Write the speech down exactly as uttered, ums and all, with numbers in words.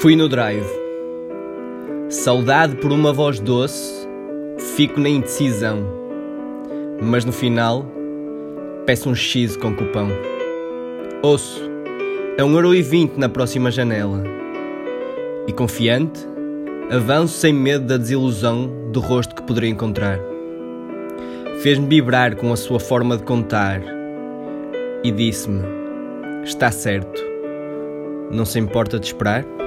Fui no drive. Saudade por uma voz doce, fico na indecisão. Mas no final, peço um X com cupão. Ouço, é um euro e vinte na próxima janela. E confiante, avanço sem medo da desilusão do rosto que poderia encontrar. Fez-me vibrar com a sua forma de contar e disse-me, está certo, não se importa de esperar?